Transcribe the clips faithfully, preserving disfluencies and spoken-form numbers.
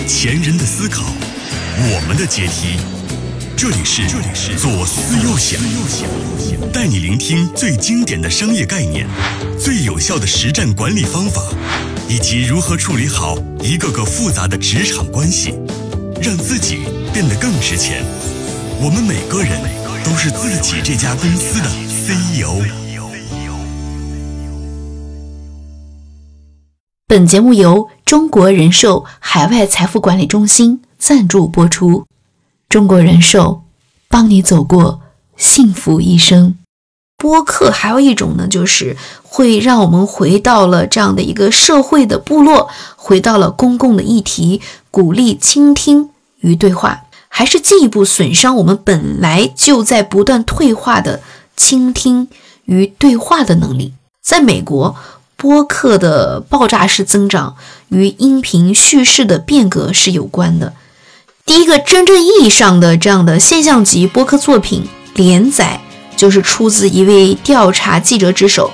前人的思考，我们的阶梯。这里是这里是左思右想，带你聆听最经典的商业概念、最有效的实战管理方法，以及如何处理好一个个复杂的职场关系，让自己变得更值钱。我们每个人都是自己这家公司的 C E O。 本节目由中国人寿海外财富管理中心赞助播出。中国人寿，帮你走过幸福一生。播客还有一种呢，就是会让我们回到了这样的一个社会的部落，回到了公共的议题，鼓励倾听与对话，还是进一步损伤我们本来就在不断退化的倾听与对话的能力。在美国，播客的爆炸式增长与音频叙事的变革是有关的。第一个真正意义上的这样的现象级播客作品连载，就是出自一位调查记者之手。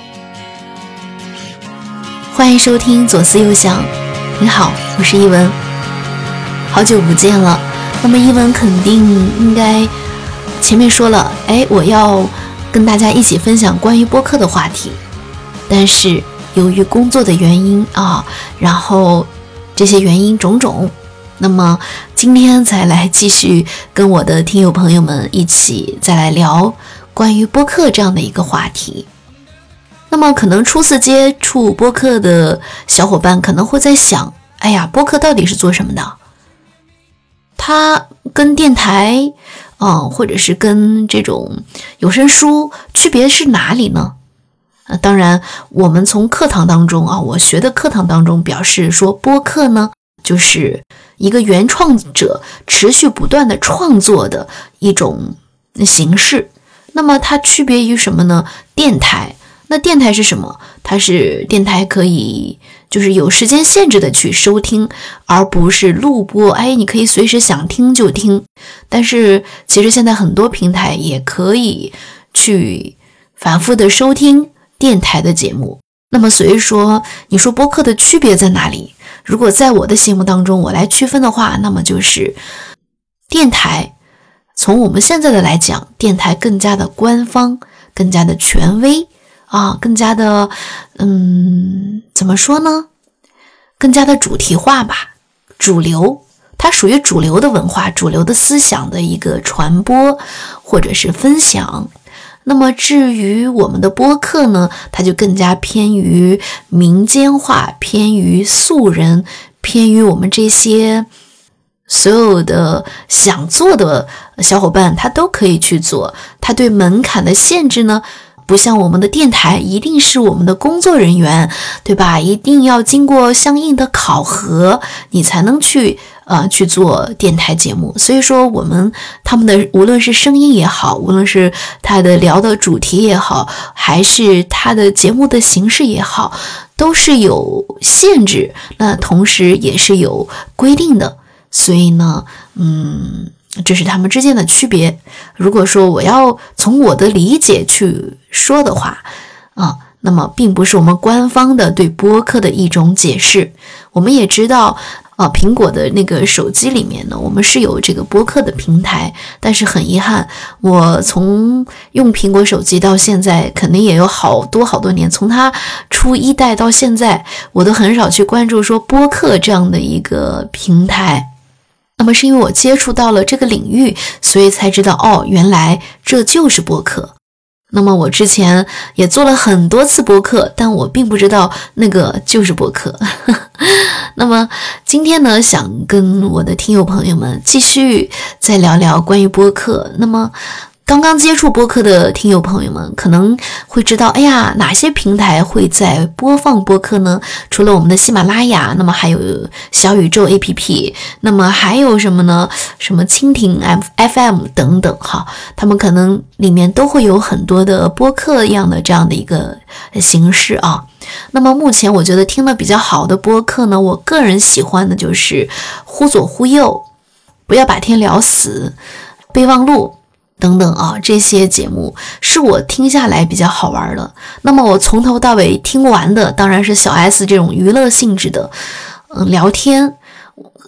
欢迎收听左思右想，你好，我是一文，好久不见了。那么一文肯定应该前面说了，哎，我要跟大家一起分享关于播客的话题，但是由于工作的原因啊，然后这些原因种种，那么今天再来继续跟我的听友朋友们一起再来聊关于播客这样的一个话题。那么可能初次接触播客的小伙伴可能会在想，哎呀，播客到底是做什么的？它跟电台嗯，或者是跟这种有声书区别是哪里呢？呃，当然我们从课堂当中啊，我学的课堂当中表示说，播客呢就是一个原创者持续不断的创作的一种形式。那么它区别于什么呢？电台。那电台是什么？它是电台可以就是有时间限制的去收听，而不是录播，哎，你可以随时想听就听。但是其实现在很多平台也可以去反复的收听电台的节目。那么所以说，你说播客的区别在哪里？如果在我的心目当中我来区分的话，那么就是电台，从我们现在的来讲，电台更加的官方，更加的权威啊，更加的嗯，怎么说呢？更加的主题化吧，主流，它属于主流的文化，主流的思想的一个传播或者是分享。那么至于我们的播客呢，它就更加偏于民间化，偏于素人，偏于我们这些所有的想做的小伙伴，他都可以去做。它对门槛的限制呢，不像我们的电台，一定是我们的工作人员，对吧？一定要经过相应的考核，你才能去呃去做电台节目。所以说我们他们的无论是声音也好，无论是他的聊的主题也好，还是他的节目的形式也好，都是有限制，那同时也是有规定的。所以呢嗯这是他们之间的区别。如果说我要从我的理解去说的话啊，那么并不是我们官方的对播客的一种解释。我们也知道啊，苹果的那个手机里面呢，我们是有这个播客的平台，但是很遗憾，我从用苹果手机到现在，肯定也有好多好多年，从它出一代到现在，我都很少去关注说播客这样的一个平台。那么是因为我接触到了这个领域，所以才知道哦，原来这就是播客。那么我之前也做了很多次播客，但我并不知道那个就是播客。那么今天呢，想跟我的听友朋友们继续再聊聊关于播客。那么刚刚接触播客的听友朋友们可能会知道，哎呀，哪些平台会在播放播客呢？除了我们的喜马拉雅，那么还有小宇宙 A P P， 那么还有什么呢？什么蜻蜓 F M 等等哈，他们可能里面都会有很多的播客一样的这样的一个形式啊。那么目前我觉得听得比较好的播客呢，我个人喜欢的就是忽左忽右，不要把天聊死，备忘录等等啊，这些节目是我听下来比较好玩的。那么我从头到尾听完的当然是小 S 这种娱乐性质的嗯聊天，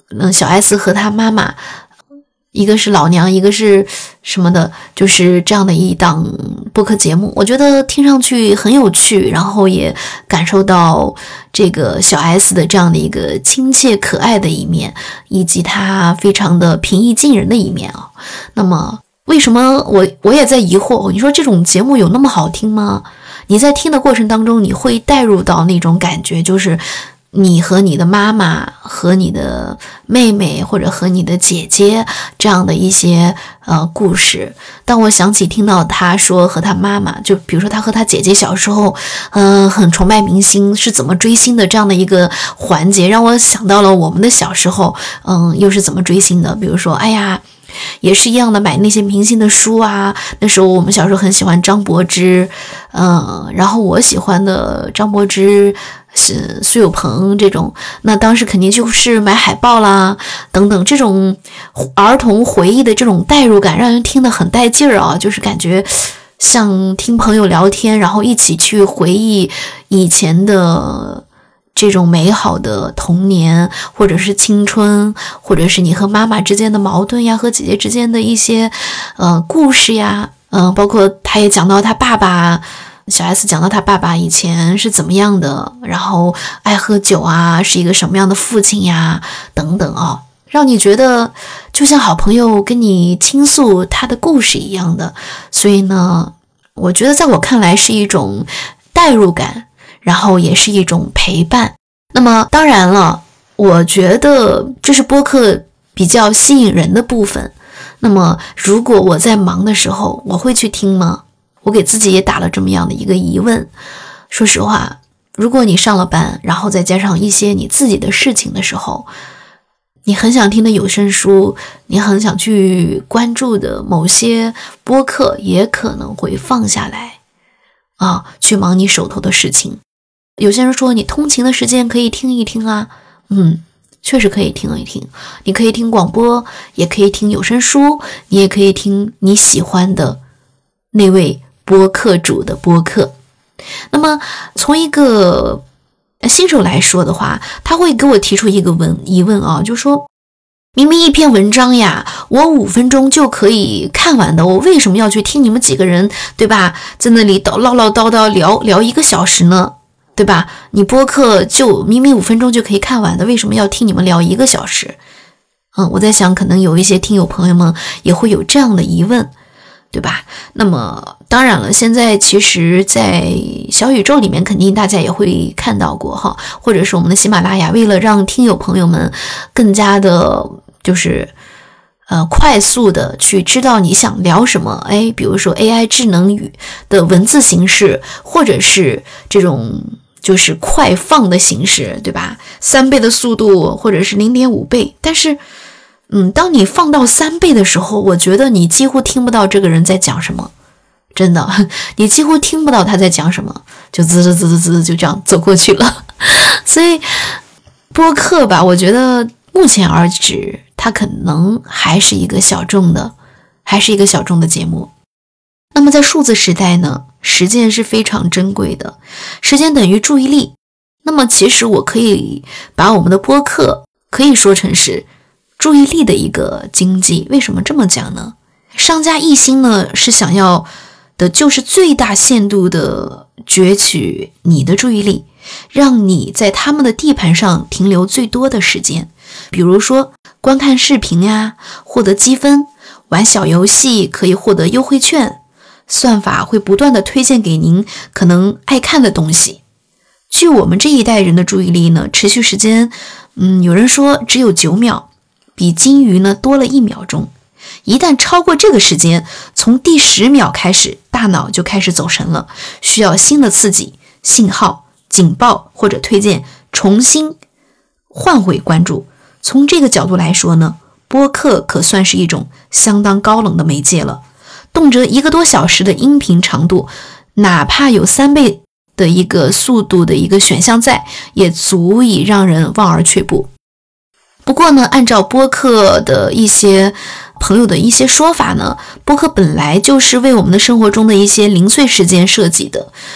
嗯，小 S 和他妈妈，一个是老娘，一个是什么的，就是这样的一档播客节目，我觉得听上去很有趣，然后也感受到这个小 S 的这样的一个亲切可爱的一面，以及她非常的平易近人的一面啊。那么为什么我我也在疑惑，你说这种节目有那么好听吗？你在听的过程当中，你会带入到那种感觉，就是你和你的妈妈和你的妹妹或者和你的姐姐这样的一些呃故事。当我想起听到他说和他妈妈，就比如说他和他姐姐小时候嗯、呃、很崇拜明星，是怎么追星的这样的一个环节，让我想到了我们的小时候嗯又是怎么追星的。比如说哎呀也是一样的，买那些明星的书啊，那时候我们小时候很喜欢张柏芝，嗯，然后我喜欢的张柏芝是苏有朋这种，那当时肯定就是买海报啦等等，这种儿童回忆的这种代入感让人听得很带劲儿啊，就是感觉像听朋友聊天，然后一起去回忆以前的这种美好的童年，或者是青春，或者是你和妈妈之间的矛盾呀，和姐姐之间的一些呃故事呀，嗯、呃，包括他也讲到他爸爸，小 S 讲到他爸爸以前是怎么样的，然后爱喝酒啊，是一个什么样的父亲呀，等等啊，让你觉得就像好朋友跟你倾诉他的故事一样的。所以呢，我觉得在我看来是一种代入感，然后也是一种陪伴。那么当然了，我觉得这是播客比较吸引人的部分。那么如果我在忙的时候，我会去听吗？我给自己也打了这么样的一个疑问。说实话，如果你上了班，然后再加上一些你自己的事情的时候，你很想听的有声书，你很想去关注的某些播客，也可能会放下来啊，去忙你手头的事情。有些人说你通勤的时间可以听一听啊，嗯，确实可以听一听。你可以听广播，也可以听有声书，你也可以听你喜欢的那位播客主的播客。那么从一个新手来说的话，他会给我提出一个问疑问啊，就说明明一篇文章呀，我五分钟就可以看完的，我为什么要去听你们几个人，对吧，在那里叨唠唠叨叨聊聊一个小时呢？对吧？你播客就明明五分钟就可以看完的，为什么要听你们聊一个小时？嗯，我在想，可能有一些听友朋友们也会有这样的疑问，对吧？那么当然了，现在其实在小宇宙里面肯定大家也会看到过哈，或者是我们的喜马拉雅，为了让听友朋友们更加的就是呃快速的去知道你想聊什么，哎，比如说 A I 智能语的文字形式，或者是这种就是快放的形式，对吧？三倍的速度或者是 零点五倍，但是嗯，当你放到三倍的时候，我觉得你几乎听不到这个人在讲什么，真的，你几乎听不到他在讲什么，就滋滋滋滋滋就这样走过去了。所以播客吧，我觉得目前而止，它可能还是一个小众的，还是一个小众的节目。那么在数字时代呢，时间是非常珍贵的，时间等于注意力。那么其实我可以把我们的播客可以说成是注意力的一个经济。为什么这么讲呢？商家一心呢是想要的就是最大限度的攫取你的注意力，让你在他们的地盘上停留最多的时间。比如说观看视频呀，获得积分，玩小游戏可以获得优惠券，算法会不断的推荐给您可能爱看的东西。据我们这一代人的注意力呢，持续时间，嗯，有人说只有九秒，比金鱼呢多了一秒钟。一旦超过这个时间，从第十秒开始，大脑就开始走神了，需要新的刺激、信号、警报或者推荐，重新换回关注。从这个角度来说呢，播客可算是一种相当高冷的媒介了。动辄一个多小时的音频长度，哪怕有三倍的一个速度的一个选项在，也足以让人望而却步。不过呢，按照播客的一些朋友的一些说法呢，播客本来就是为我们的生活中的一些零碎时间设计的。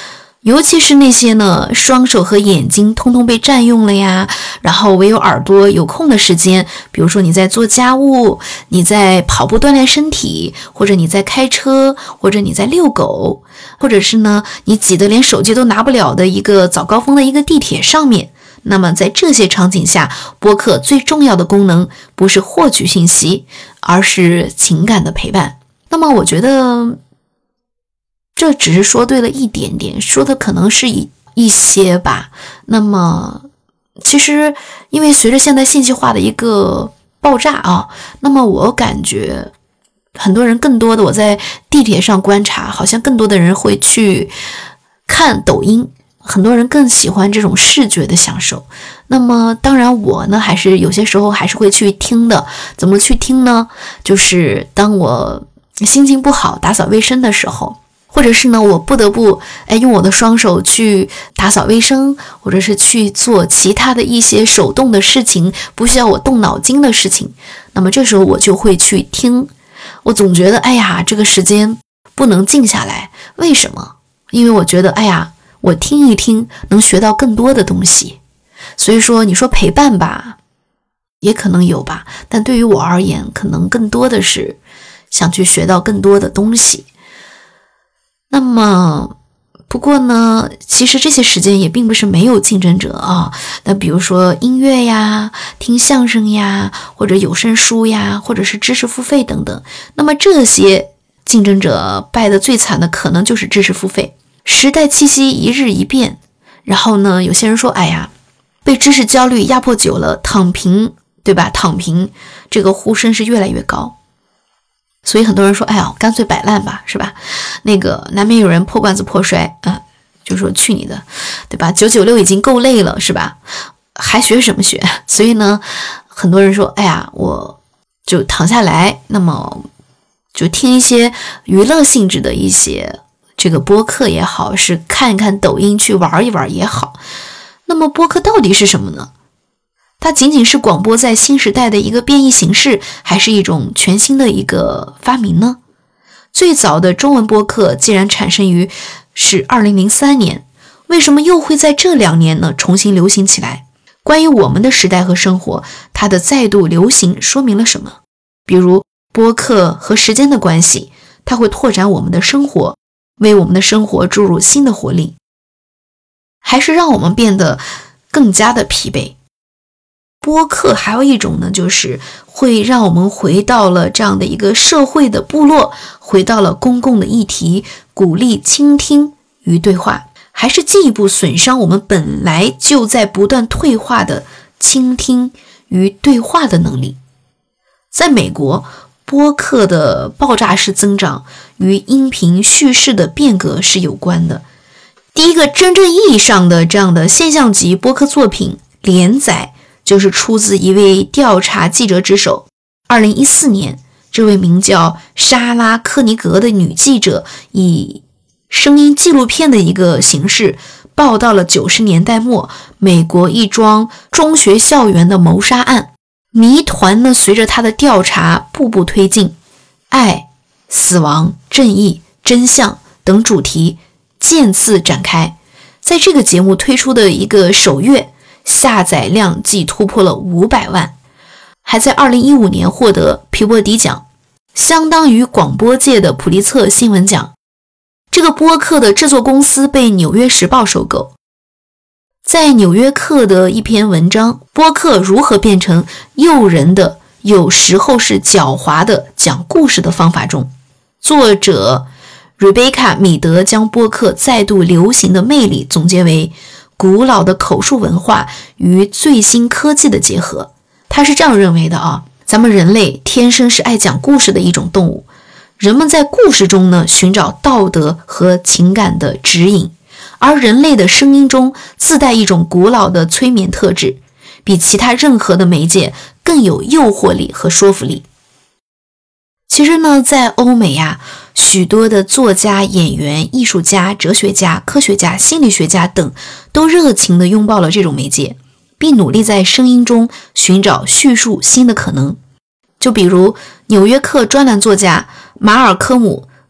尤其是那些呢，双手和眼睛通通被占用了呀，然后唯有耳朵有空的时间，比如说你在做家务，你在跑步锻炼身体，或者你在开车，或者你在遛狗，或者是呢，你挤得连手机都拿不了的一个早高峰的一个地铁上面。那么在这些场景下，播客最重要的功能不是获取信息，而是情感的陪伴。那么我觉得这只是说对了一点点，说的可能是一一些吧。那么其实因为随着现在信息化的一个爆炸啊，那么我感觉很多人更多的，我在地铁上观察，好像更多的人会去看抖音，很多人更喜欢这种视觉的享受。那么当然我呢，还是有些时候还是会去听的。怎么去听呢？就是当我心情不好打扫卫生的时候，或者是呢我不得不哎用我的双手去打扫卫生，或者是去做其他的一些手动的事情，不需要我动脑筋的事情，那么这时候我就会去听。我总觉得哎呀这个时间不能静下来，为什么？因为我觉得哎呀我听一听能学到更多的东西。所以说你说陪伴吧，也可能有吧，但对于我而言，可能更多的是想去学到更多的东西。那么不过呢，其实这些时间也并不是没有竞争者啊。那比如说音乐呀，听相声呀，或者有声书呀，或者是知识付费等等。那么这些竞争者败得最惨的可能就是知识付费。时代气息一日一变，然后呢有些人说哎呀被知识焦虑压迫久了，躺平，对吧？躺平这个呼声是越来越高。所以很多人说哎呀干脆摆烂吧，是吧？那个难免有人破罐子破摔，呃，就说去你的，对吧？九九六已经够累了，是吧？还学什么学？所以呢很多人说哎呀我就躺下来，那么就听一些娱乐性质的一些这个播客也好，是看一看抖音去玩一玩也好。那么播客到底是什么呢？它仅仅是广播在新时代的一个变异形式，还是一种全新的一个发明呢？最早的中文播客既然产生于是二零零三年，为什么又会在这两年呢重新流行起来？关于我们的时代和生活，它的再度流行说明了什么？比如播客和时间的关系，它会拓展我们的生活，为我们的生活注入新的活力，还是让我们变得更加的疲惫？播客还有一种呢，就是会让我们回到了这样的一个社会的部落，回到了公共的议题，鼓励倾听与对话，还是进一步损伤我们本来就在不断退化的倾听与对话的能力。在美国，播客的爆炸式增长与音频叙事的变革是有关的。第一个真正意义上的这样的现象级播客作品连载，就是出自一位调查记者之手。二零一四年，这位名叫莎拉·科尼格的女记者以声音纪录片的一个形式报道了九十年代末美国一桩中学校园的谋杀案。谜团呢随着她的调查步步推进，爱、死亡、正义、真相等主题渐次展开。在这个节目推出的一个首月，下载量即突破了五百万，还在二零一五年获得皮博迪奖，相当于广播界的普利策新闻奖。这个播客的制作公司被纽约时报收购。在纽约客的一篇文章，播客如何变成诱人的，有时候是狡猾的讲故事的方法中，作者 Rebecca 米德将播客再度流行的魅力总结为古老的口述文化与最新科技的结合。他是这样认为的啊，咱们人类天生是爱讲故事的一种动物，人们在故事中呢寻找道德和情感的指引，而人类的声音中自带一种古老的催眠特质，比其他任何的媒介更有诱惑力和说服力。其实呢，在欧美呀、啊，许多的作家、演员、艺术家、哲学家、科学家、心理学家等都热情地拥抱了这种媒介，并努力在声音中寻找叙述新的可能。就比如纽约客专栏作家马尔科姆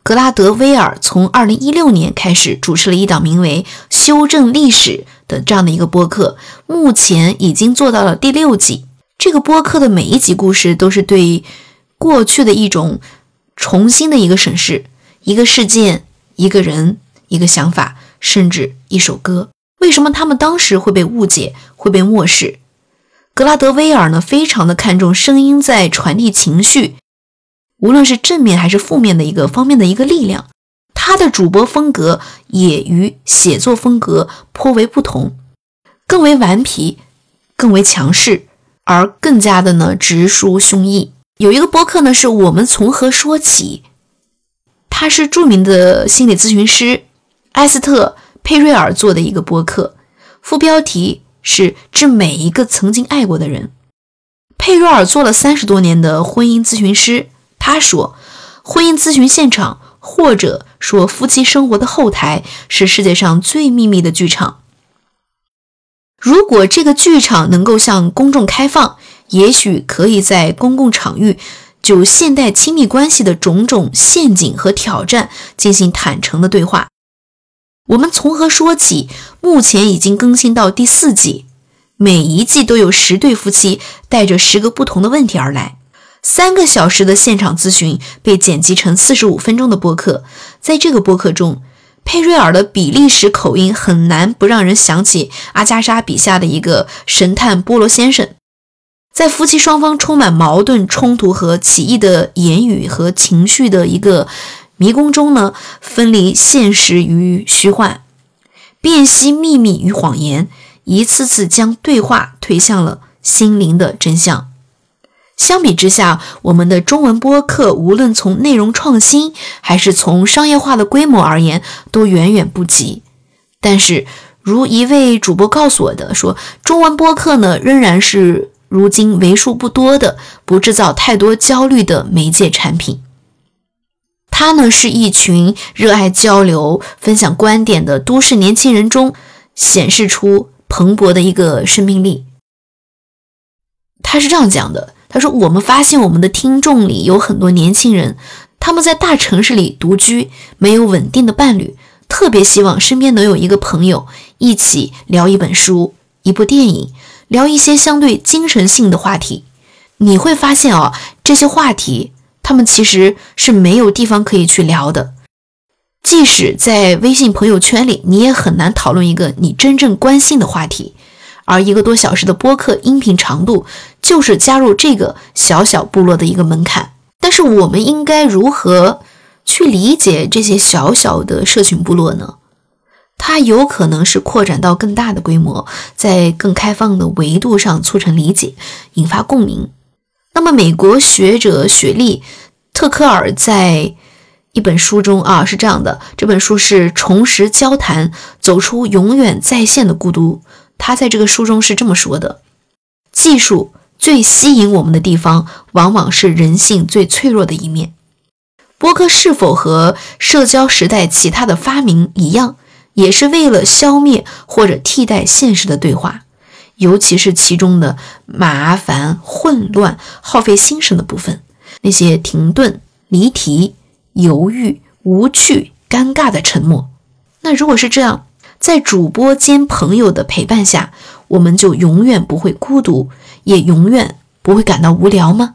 格拉德威尔从二零一六年开始主持了一档名为修正历史的这样的一个播客，目前已经做到了第六季。这个播客的每一集故事都是对过去的一种重新的一个审视，一个事件，一个人，一个想法，甚至一首歌。为什么他们当时会被误解，会被漠视？格拉德威尔呢，非常的看重声音在传递情绪，无论是正面还是负面的一个方面的一个力量。他的主播风格也与写作风格颇为不同，更为顽皮，更为强势，而更加的呢直抒胸臆。有一个播客呢是我们从何说起，他是著名的心理咨询师埃斯特佩瑞尔做的一个播客，副标题是致每一个曾经爱过的人。佩瑞尔做了三十多年的婚姻咨询师，他说，婚姻咨询现场或者说夫妻生活的后台是世界上最秘密的剧场。如果这个剧场能够向公众开放，也许可以在公共场域就现代亲密关系的种种陷阱和挑战进行坦诚的对话。我们从何说起？目前已经更新到第四季，每一季都有十对夫妻带着十个不同的问题而来。三个小时的现场咨询被剪辑成四十五分钟的播客。在这个播客中，佩瑞尔的比利时口音很难不让人想起阿加莎笔下的一个神探波罗先生。在夫妻双方充满矛盾、冲突和奇异的言语和情绪的一个迷宫中呢，分离现实与虚幻，辨析秘密与谎言，一次次将对话推向了心灵的真相。相比之下，我们的中文播客无论从内容创新还是从商业化的规模而言都远远不及。但是如一位主播告诉我的说，中文播客呢仍然是如今为数不多的不制造太多焦虑的媒介产品。它呢是一群热爱交流、分享观点的都市年轻人中显示出蓬勃的一个生命力。他是这样讲的，他说，我们发现我们的听众里有很多年轻人，他们在大城市里独居，没有稳定的伴侣，特别希望身边能有一个朋友，一起聊一本书、一部电影，聊一些相对精神性的话题。你会发现哦，这些话题他们其实是没有地方可以去聊的。即使在微信朋友圈里，你也很难讨论一个你真正关心的话题。而一个多小时的播客音频长度就是加入这个小小部落的一个门槛。但是我们应该如何去理解这些小小的社群部落呢？它有可能是扩展到更大的规模，在更开放的维度上促成理解，引发共鸣。那么美国学者雪莉特科尔在一本书中啊是这样的，这本书是《重拾交谈，走出永远在线的孤独》。他在这个书中是这么说的：技术最吸引我们的地方，往往是人性最脆弱的一面。播客是否和社交时代其他的发明一样，也是为了消灭或者替代现实的对话，尤其是其中的麻烦、混乱、耗费心神的部分，那些停顿、离题、犹豫、无趣、尴尬的沉默。那如果是这样，在主播兼朋友的陪伴下，我们就永远不会孤独，也永远不会感到无聊吗？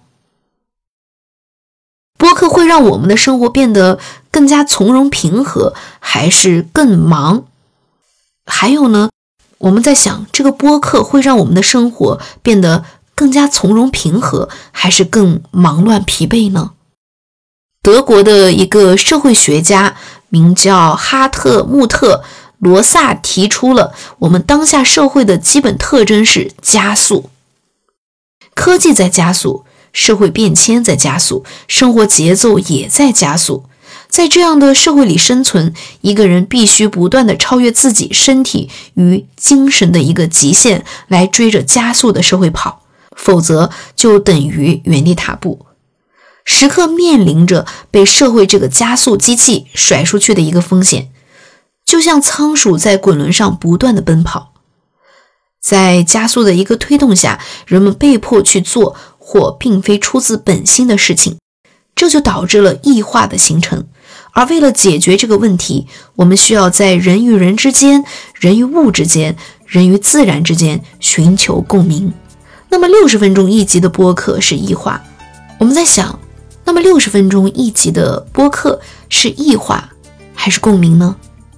播客会让我们的生活变得更加从容平和，还是更忙？还有呢，我们在想，这个播客会让我们的生活变得更加从容平和，还是更忙乱疲惫呢？德国的一个社会学家名叫哈特穆特罗萨提出了我们当下社会的基本特征是加速。科技在加速，社会变迁在加速，生活节奏也在加速。在这样的社会里生存，一个人必须不断地超越自己身体与精神的一个极限，来追着加速的社会跑，否则就等于原地踏步，时刻面临着被社会这个加速机器甩出去的一个风险。就像仓鼠在滚轮上不断的奔跑，在加速的一个推动下，人们被迫去做或并非出自本心的事情，这就导致了异化的形成， 而为了解决这个问题，我们需要在人与人之间、人与物之间、人与自然之间寻求共鸣。那么六十分钟一集的播客是异化，我们在想，那么六十分钟一集的播客是异化还是共鸣呢？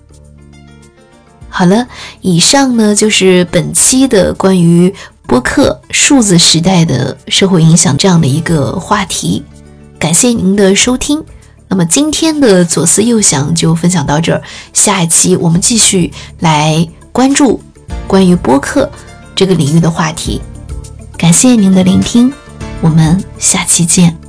好了，以上呢就是本期的关于播客数字时代的社会影响这样的一个话题，感谢您的收听。那么今天的左思右想就分享到这儿，下一期我们继续来关注关于播客这个领域的话题。感谢您的聆听，我们下期见。